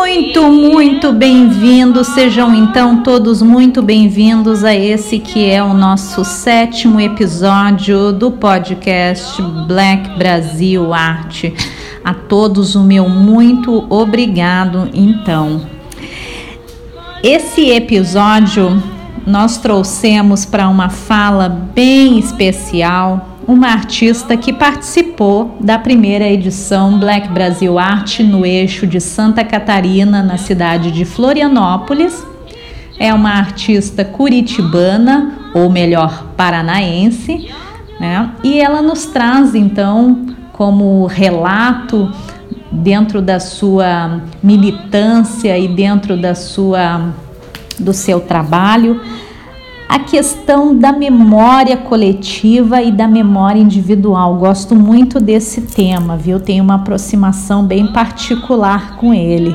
Muito bem-vindos, sejam então todos muito bem-vindos a esse que é o nosso 7º episódio do podcast Black Brasil Arte. A todos o meu muito obrigado. Então, esse episódio nós trouxemos para uma fala bem especial uma artista que participou da primeira edição Black Brasil Arte no eixo de Santa Catarina, na cidade de Florianópolis. É uma artista curitibana, ou melhor, paranaense, né? E ela nos traz, então, como relato, dentro da sua militância e dentro do seu trabalho, a questão da memória coletiva e da memória individual. Gosto muito desse tema, viu? Tenho uma aproximação bem particular com ele.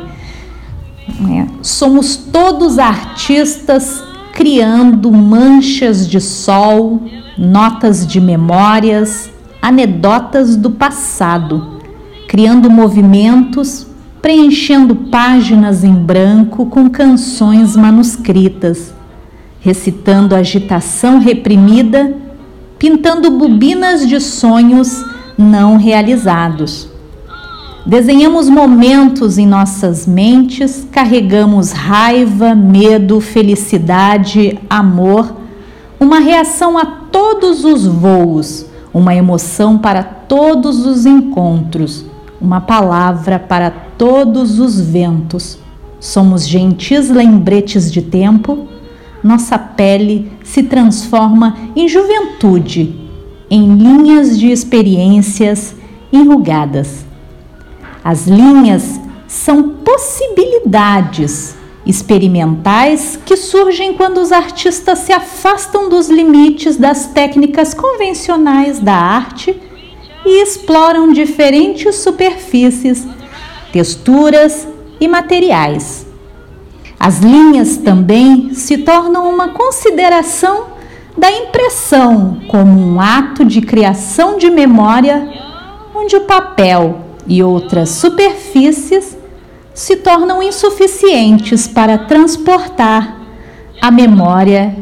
Somos todos artistas criando manchas de sol, notas de memórias, anedotas do passado, criando movimentos, preenchendo páginas em branco com canções manuscritas, recitando agitação reprimida, pintando bobinas de sonhos não realizados. Desenhamos momentos em nossas mentes, carregamos raiva, medo, felicidade, amor, uma reação a todos os voos, uma emoção para todos os encontros, uma palavra para todos os ventos. Somos gentis lembretes de tempo. Nossa pele se transforma em juventude, em linhas de experiências enrugadas. As linhas são possibilidades experimentais que surgem quando os artistas se afastam dos limites das técnicas convencionais da arte e exploram diferentes superfícies, texturas e materiais. As linhas também se tornam uma consideração da impressão como um ato de criação de memória, onde o papel e outras superfícies se tornam insuficientes para transportar a memória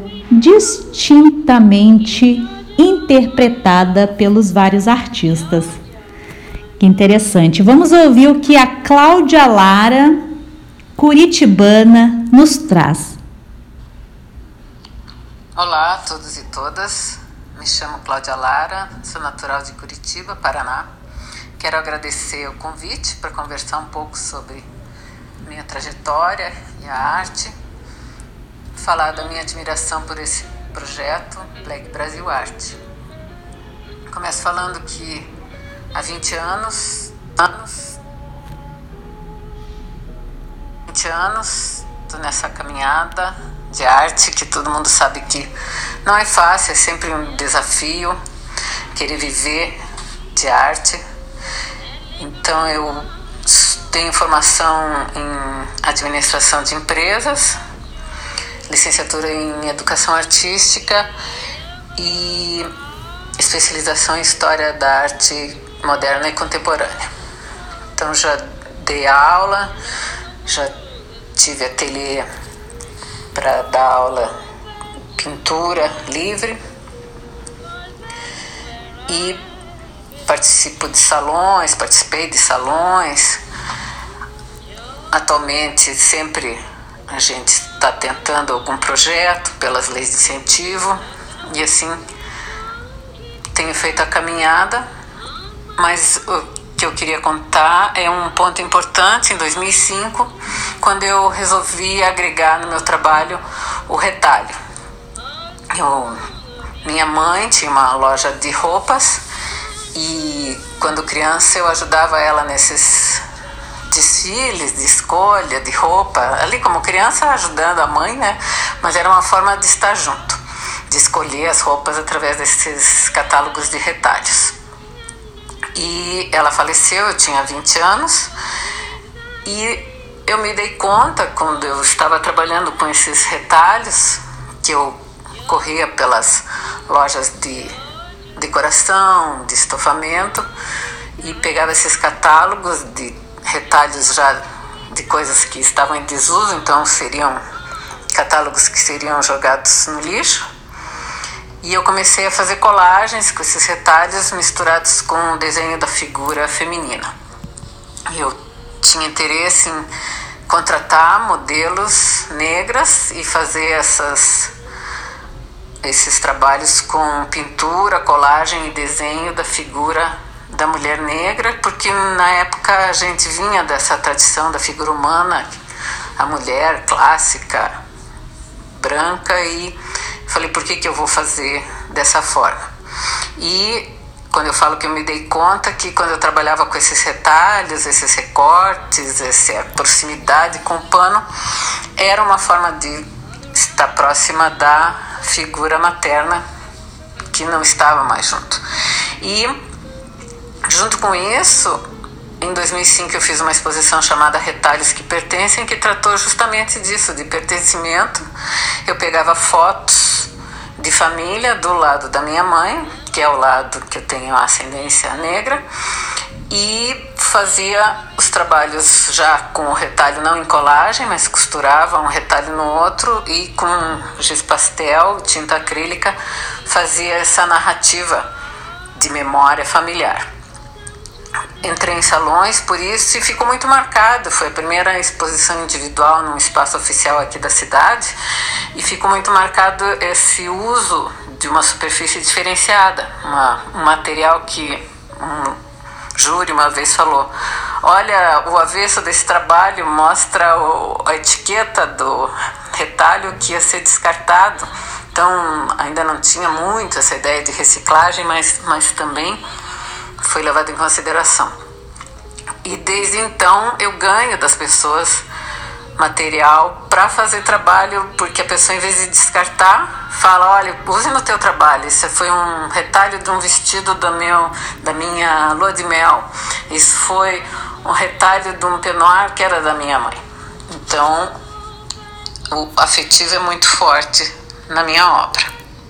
distintamente interpretada pelos vários artistas. Que interessante. Vamos ouvir o que a Cláudia Lara, curitibana, nos traz. Olá a todos e todas, me chamo Cláudia Lara, sou natural de Curitiba, Paraná. Quero agradecer o convite para conversar um pouco sobre minha trajetória e a arte, falar da minha admiração por esse projeto Black Brasil Arte. Começo falando que há 20 anos estou nessa caminhada de arte, que todo mundo sabe que não é fácil, é sempre um desafio querer viver de arte. Então eu tenho formação em administração de empresas, licenciatura em educação artística e especialização em história da arte moderna e contemporânea. Então já dei aula, já tive ateliê para dar aula pintura livre e participei de salões. Atualmente sempre a gente está tentando algum projeto pelas leis de incentivo e assim tenho feito a caminhada, mas que eu queria contar é um ponto importante em 2005, quando eu resolvi agregar no meu trabalho o retalho. Minha mãe tinha uma loja de roupas e quando criança eu ajudava ela nesses desfiles de escolha de roupa, ali como criança ajudando a mãe, né? Mas era uma forma de estar junto, de escolher as roupas através desses catálogos de retalhos. E ela faleceu, eu tinha 20 anos, e eu me dei conta, quando eu estava trabalhando com esses retalhos, que eu corria pelas lojas de decoração, de estofamento, e pegava esses catálogos de retalhos já de coisas que estavam em desuso, então seriam catálogos que seriam jogados no lixo. E eu comecei a fazer colagens com esses retalhos misturados com o desenho da figura feminina. Eu tinha interesse em contratar modelos negras e fazer esses trabalhos com pintura, colagem e desenho da figura da mulher negra, porque na época a gente vinha dessa tradição da figura humana, a mulher clássica, branca, e falei, por que eu vou fazer dessa forma? E quando eu falo que eu me dei conta que quando eu trabalhava com esses retalhos, esses recortes, essa proximidade com o pano, era uma forma de estar próxima da figura materna que não estava mais junto. E junto com isso, em 2005 eu fiz uma exposição chamada Retalhos que Pertencem, que tratou justamente disso, de pertencimento. Eu pegava fotos de família do lado da minha mãe, que é o lado que eu tenho ascendência negra, e fazia os trabalhos já com o retalho não em colagem, mas costurava um retalho no outro e com giz pastel, tinta acrílica, fazia essa narrativa de memória familiar. Entrei em salões por isso e ficou muito marcado. Foi a primeira exposição individual num espaço oficial aqui da cidade e ficou muito marcado esse uso de uma superfície diferenciada, um material que um júri uma vez falou: olha, o avesso desse trabalho mostra a etiqueta do retalho que ia ser descartado. Então ainda não tinha muito essa ideia de reciclagem, mas também foi levado em consideração. E desde então eu ganho das pessoas material para fazer trabalho, porque a pessoa, em vez de descartar, fala: olha, use no teu trabalho, isso foi um retalho de um vestido da minha lua de mel, isso foi um retalho de um peignoir que era da minha mãe. Então o afetivo é muito forte na minha obra.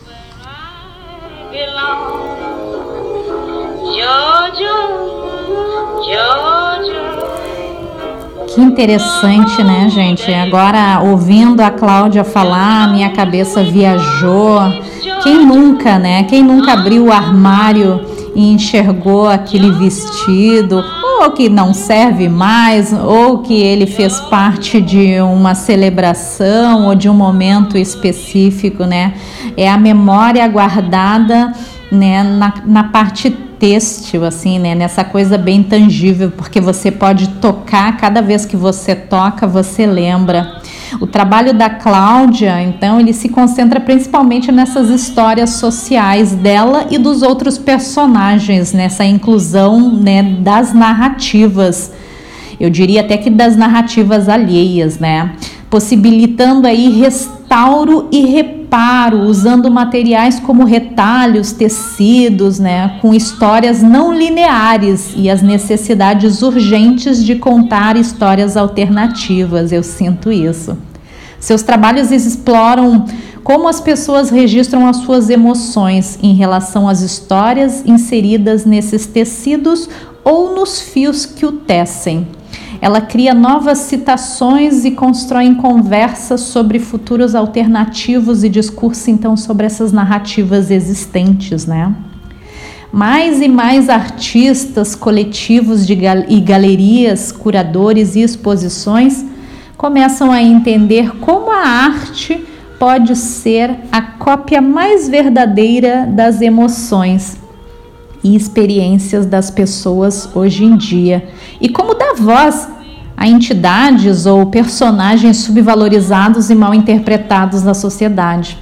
Que interessante, né, gente? Agora, ouvindo a Cláudia falar, minha cabeça viajou. Quem nunca, né? Quem nunca abriu o armário e enxergou aquele vestido, ou que não serve mais, ou que ele fez parte de uma celebração ou de um momento específico, né? É a memória guardada, né, na parte têxtil, assim, né, nessa coisa bem tangível, porque você pode tocar, cada vez que você toca, você lembra. O trabalho da Cláudia, então, ele se concentra principalmente nessas histórias sociais dela e dos outros personagens, nessa inclusão, né, das narrativas. Eu diria até que das narrativas alheias, né, possibilitando aí restauro e reparo, usando materiais como retalhos, tecidos, né, com histórias não lineares e as necessidades urgentes de contar histórias alternativas. Eu sinto isso. Seus trabalhos exploram como as pessoas registram as suas emoções em relação às histórias inseridas nesses tecidos ou nos fios que o tecem. Ela cria novas citações e constrói conversas sobre futuros alternativos e discurso, então, sobre essas narrativas existentes, né? Mais e mais artistas, coletivos e galerias, curadores e exposições começam a entender como a arte pode ser a cópia mais verdadeira das emoções e experiências das pessoas hoje em dia, e como dar voz a entidades ou personagens subvalorizados e mal interpretados na sociedade.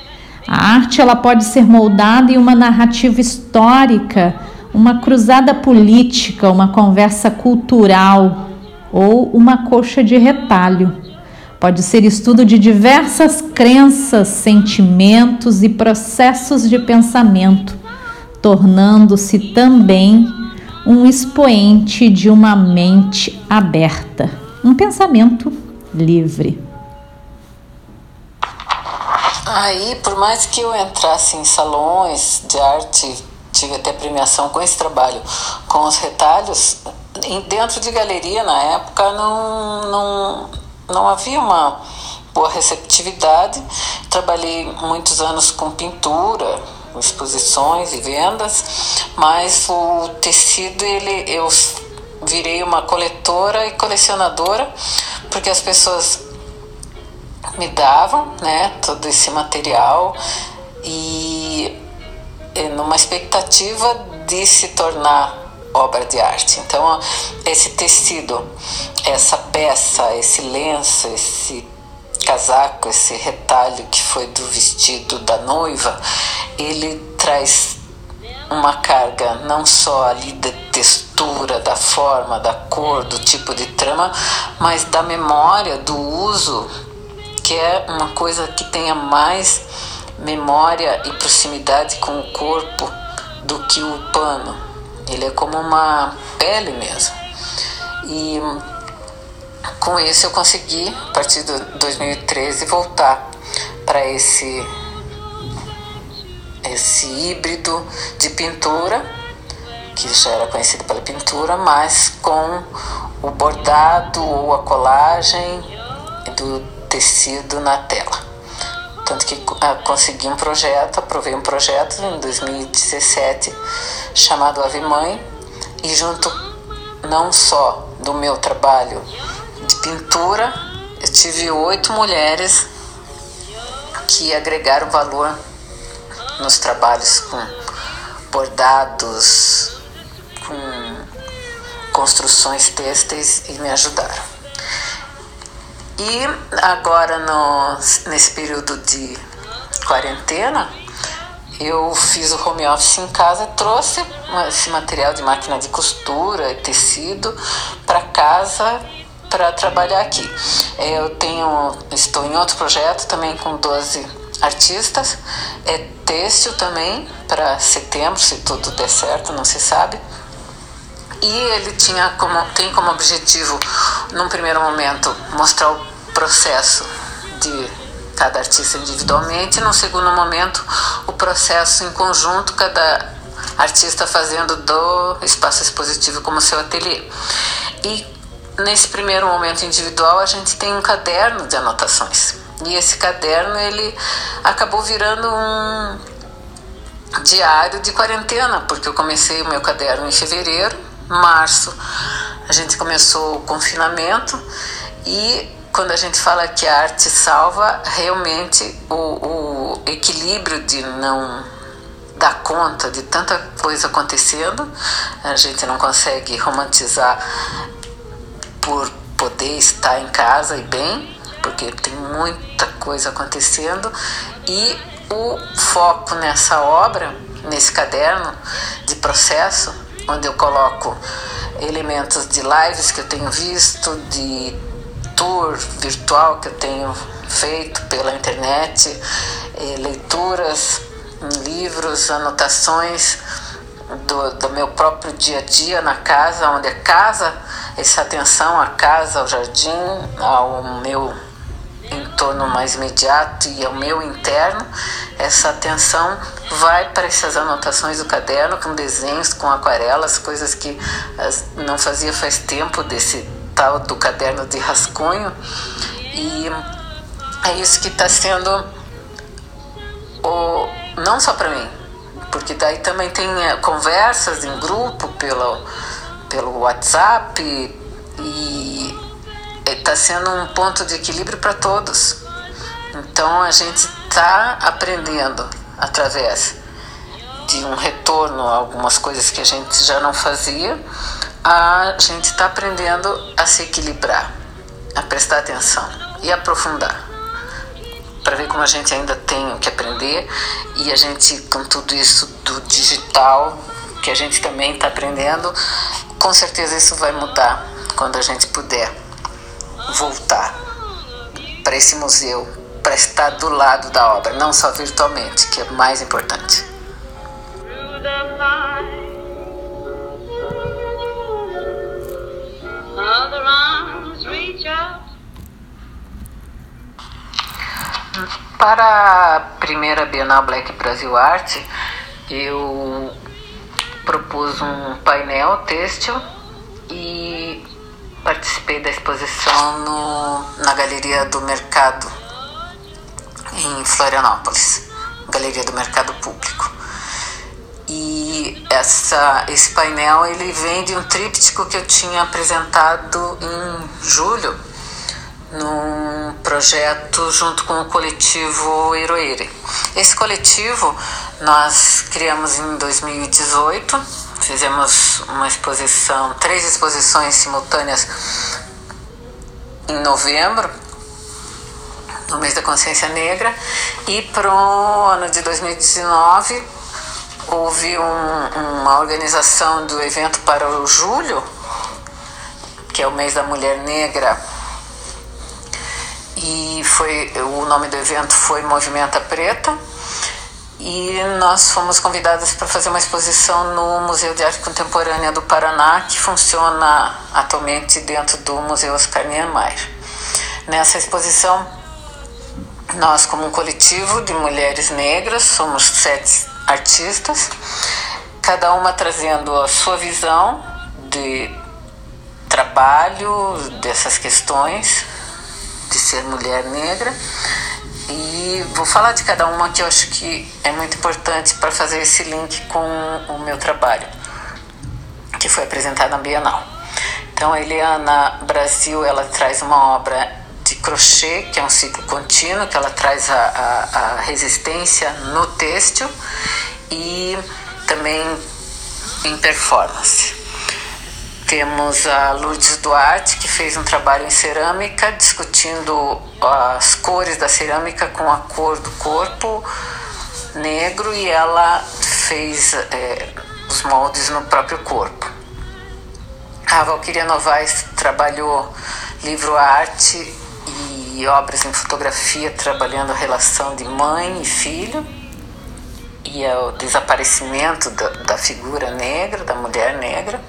A arte, ela pode ser moldada em uma narrativa histórica, uma cruzada política, uma conversa cultural ou uma coxa de retalho. Pode ser estudo de diversas crenças, sentimentos e processos de pensamento, tornando-se também um expoente de uma mente aberta, um pensamento livre. Aí, por mais que eu entrasse em salões de arte, tive até premiação com esse trabalho, com os retalhos, dentro de galeria, na época, não havia uma boa receptividade. Trabalhei muitos anos com pintura, com exposições e vendas, mas o tecido, eu virei uma coletora e colecionadora, porque as pessoas me davam, né, todo esse material e numa expectativa de se tornar obra de arte. Então, esse tecido, essa peça, esse lenço, esse casaco, esse retalho que foi do vestido da noiva, ele traz uma carga não só ali da textura, da forma, da cor, do tipo de trama, mas da memória, do uso, que é uma coisa que tenha mais memória e proximidade com o corpo do que o pano. Ele é como uma pele mesmo. E com isso eu consegui, a partir de 2013, voltar para esse híbrido de pintura, que já era conhecido pela pintura, mas com o bordado ou a colagem do tecido na tela. Tanto que consegui aprovei um projeto em 2017 chamado Ave Mãe, e junto não só do meu trabalho de pintura, eu tive 8 mulheres que agregaram valor nos trabalhos com bordados, com construções têxteis, e me ajudaram. E agora, nesse período de quarentena, eu fiz o home office em casa, trouxe esse material de máquina de costura e tecido para casa para trabalhar aqui. Estou em outro projeto também com 12 artistas, é têxtil também, para setembro, se tudo der certo, não se sabe. E ele tem como objetivo, num primeiro momento, mostrar o processo de cada artista individualmente, e num segundo momento, o processo em conjunto, cada artista fazendo do espaço expositivo como seu ateliê. E nesse primeiro momento individual, a gente tem um caderno de anotações. E esse caderno, ele acabou virando um diário de quarentena, porque eu comecei o meu caderno em fevereiro. Março a gente começou o confinamento, e quando a gente fala que a arte salva, realmente o equilíbrio de não dar conta de tanta coisa acontecendo, a gente não consegue romantizar por poder estar em casa e bem, porque tem muita coisa acontecendo, e o foco nessa obra, nesse caderno de processo, onde eu coloco elementos de lives que eu tenho visto, de tour virtual que eu tenho feito pela internet, leituras, livros, anotações do meu próprio dia a dia na casa, onde a casa, essa atenção à casa, ao jardim, ao meu entorno mais imediato e ao meu interno, essa atenção vai para essas anotações do caderno, com desenhos, com aquarelas, coisas que não fazia faz tempo, desse tal do caderno de rascunho. E é isso que está sendo não só para mim, porque daí também tem conversas em grupo pelo WhatsApp, e está sendo um ponto de equilíbrio para todos. Então a gente está aprendendo, através de um retorno a algumas coisas que a gente já não fazia, a gente está aprendendo a se equilibrar, a prestar atenção e aprofundar, para ver como a gente ainda tem o que aprender. E a gente, com tudo isso do digital, que a gente também está aprendendo, com certeza isso vai mudar quando a gente puder voltar para esse museu, para estar do lado da obra, não só virtualmente, que é mais importante. Para a primeira Bienal Black Brasil Arte, eu propus um painel têxtil, e participei da exposição na Galeria do Mercado em Florianópolis, Galeria do Mercado Público. E esse painel ele vem de um tríptico que eu tinha apresentado em julho num projeto junto com o coletivo Iroere. Esse coletivo nós criamos em 2018, fizemos uma exposição, 3 exposições simultâneas em novembro, no mês da consciência negra, e para o ano de 2019 houve uma organização do evento para o julho, que é o mês da mulher negra, e o nome do evento foi Movimenta Preta, e nós fomos convidadas para fazer uma exposição no Museu de Arte Contemporânea do Paraná, que funciona atualmente dentro do Museu Oscar Niemeyer. Nessa exposição, nós, como um coletivo de mulheres negras, somos 7 artistas, cada uma trazendo a sua visão de trabalho dessas questões de ser mulher negra, e vou falar de cada uma que eu acho que é muito importante para fazer esse link com o meu trabalho, que foi apresentado na Bienal. Então, a Eliana Brasil, ela traz uma obra de crochê, que é um ciclo contínuo, que ela traz a resistência no têxtil e também em performance. Temos a Lourdes Duarte, que fez um trabalho em cerâmica, discutindo as cores da cerâmica com a cor do corpo negro, e ela fez os moldes no próprio corpo. A Valquíria Novaes trabalhou livro-arte e obras em fotografia, trabalhando a relação de mãe e filho e o desaparecimento da figura negra, da mulher negra.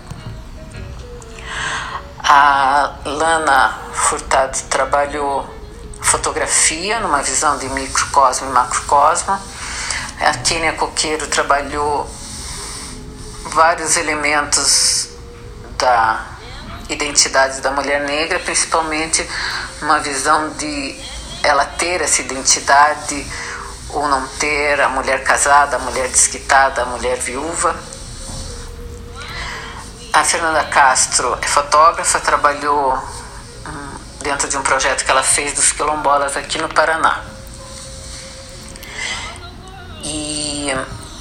A Lana Furtado trabalhou fotografia numa visão de microcosmo e macrocosmo. A Kênia Coqueiro trabalhou vários elementos da identidade da mulher negra, principalmente uma visão de ela ter essa identidade ou não ter, a mulher casada, a mulher desquitada, a mulher viúva. A Fernanda Castro é fotógrafa, trabalhou dentro de um projeto que ela fez dos quilombolas aqui no Paraná. E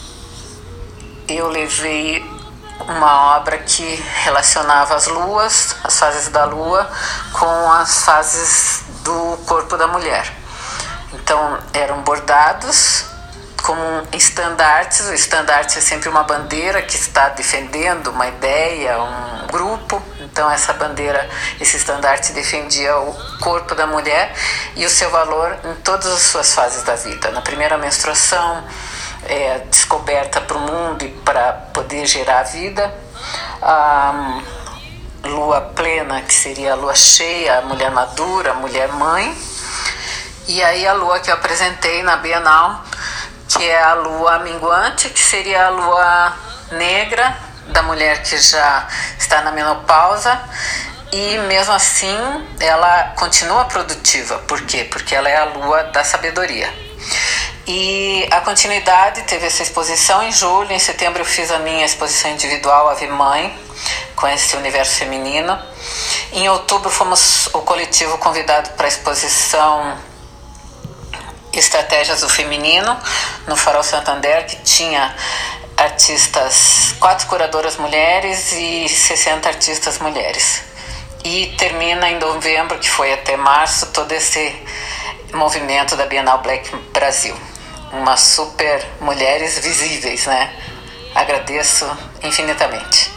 eu levei uma obra que relacionava as luas, as fases da lua, com as fases do corpo da mulher. Então, eram bordados como estandartes. O estandarte é sempre uma bandeira que está defendendo uma ideia, um grupo. Então, essa bandeira, esse estandarte defendia o corpo da mulher e o seu valor em todas as suas fases da vida. Na primeira menstruação, descoberta para o mundo e para poder gerar a vida. A lua plena, que seria a lua cheia, a mulher madura, a mulher mãe. E aí a lua que eu apresentei na Bienal, que é a lua minguante, que seria a lua negra da mulher que já está na menopausa, e mesmo assim ela continua produtiva. Por quê? Porque ela é a lua da sabedoria. E a continuidade teve essa exposição em julho. Em setembro eu fiz a minha exposição individual Ave Mãe, com esse universo feminino. Em outubro fomos o coletivo convidado para a exposição Estratégias do Feminino, no Farol Santander, que tinha artistas, 4 curadoras mulheres e 60 artistas mulheres. E termina em novembro, que foi até março, todo esse movimento da Bienal Black Brasil. Umas super mulheres visíveis, né? Agradeço infinitamente.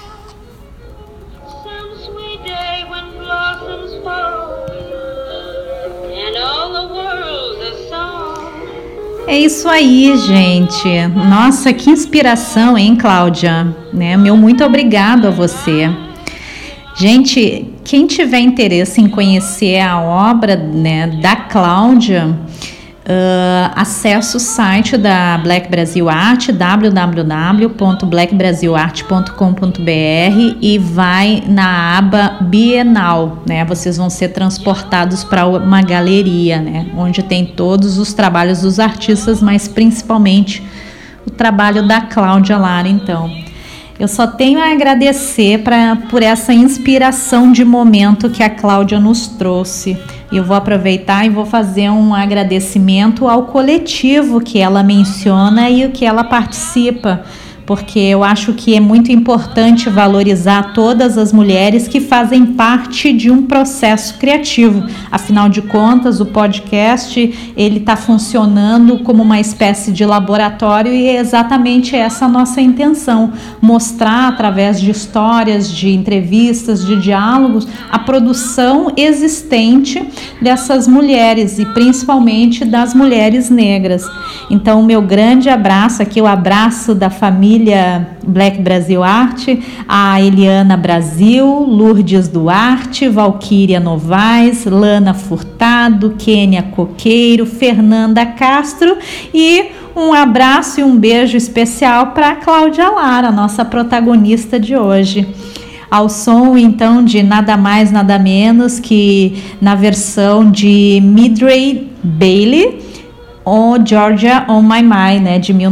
É isso aí, gente. Nossa, que inspiração, hein, Cláudia? Né? Meu muito obrigado a você. Gente, quem tiver interesse em conhecer a obra, né, da Cláudia, acesse o site da Black Brasil Arte, www.blackbrasilarte.com.br, e vai na aba Bienal, né? Vocês vão ser transportados para uma galeria, né? Onde tem todos os trabalhos dos artistas, mas principalmente o trabalho da Cláudia Lara. Então, eu só tenho a agradecer por essa inspiração de momento que a Cláudia nos trouxe. E eu vou aproveitar e vou fazer um agradecimento ao coletivo que ela menciona e o que ela participa, porque eu acho que é muito importante valorizar todas as mulheres que fazem parte de um processo criativo. Afinal de contas, o podcast ele está funcionando como uma espécie de laboratório, e é exatamente essa a nossa intenção: mostrar através de histórias, de entrevistas, de diálogos, a produção existente dessas mulheres, e principalmente das mulheres negras. Então, o meu grande abraço aqui, o abraço da família Black Brasil Arte, a Eliana Brasil, Lourdes Duarte, Valquíria Novaes, Lana Furtado, Kênia Coqueiro, Fernanda Castro, e um abraço e um beijo especial para Cláudia Lara, nossa protagonista de hoje. Ao som, então, de nada mais, nada menos que na versão de Midray Bailey, Georgia on My Mind, né, de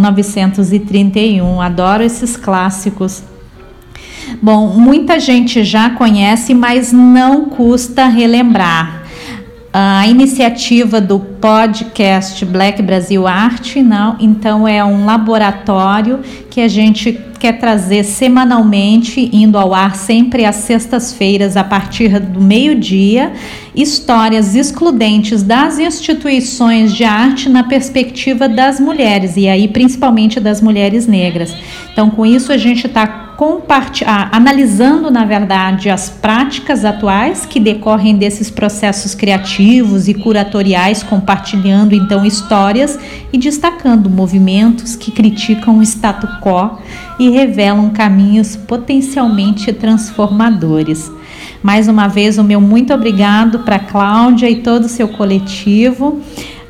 1931. Adoro esses clássicos. Bom, muita gente já conhece, mas não custa relembrar. A iniciativa do podcast Black Brasil Arte, então é um laboratório que a gente quer trazer semanalmente, indo ao ar sempre às sextas-feiras a partir do meio-dia, histórias excludentes das instituições de arte na perspectiva das mulheres, e aí principalmente das mulheres negras. Então, com isso a gente está analisando, na verdade, as práticas atuais que decorrem desses processos criativos e curatoriais, compartilhando então histórias e destacando movimentos que criticam o status quo e revelam caminhos potencialmente transformadores. Mais uma vez, o meu muito obrigado para a Cláudia e todo o seu coletivo.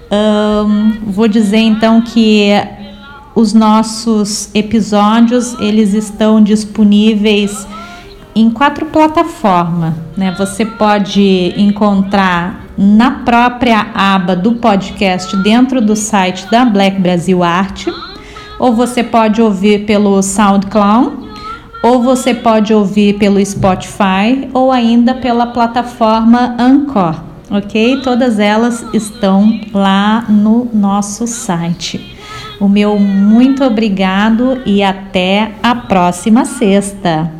Vou dizer então que os nossos episódios, eles estão disponíveis em 4 plataformas, né? Você pode encontrar na própria aba do podcast dentro do site da Black Brasil Arte, ou você pode ouvir pelo SoundCloud, ou você pode ouvir pelo Spotify, ou ainda pela plataforma Anchor, ok? Todas elas estão lá no nosso site. O meu muito obrigado e até a próxima sexta.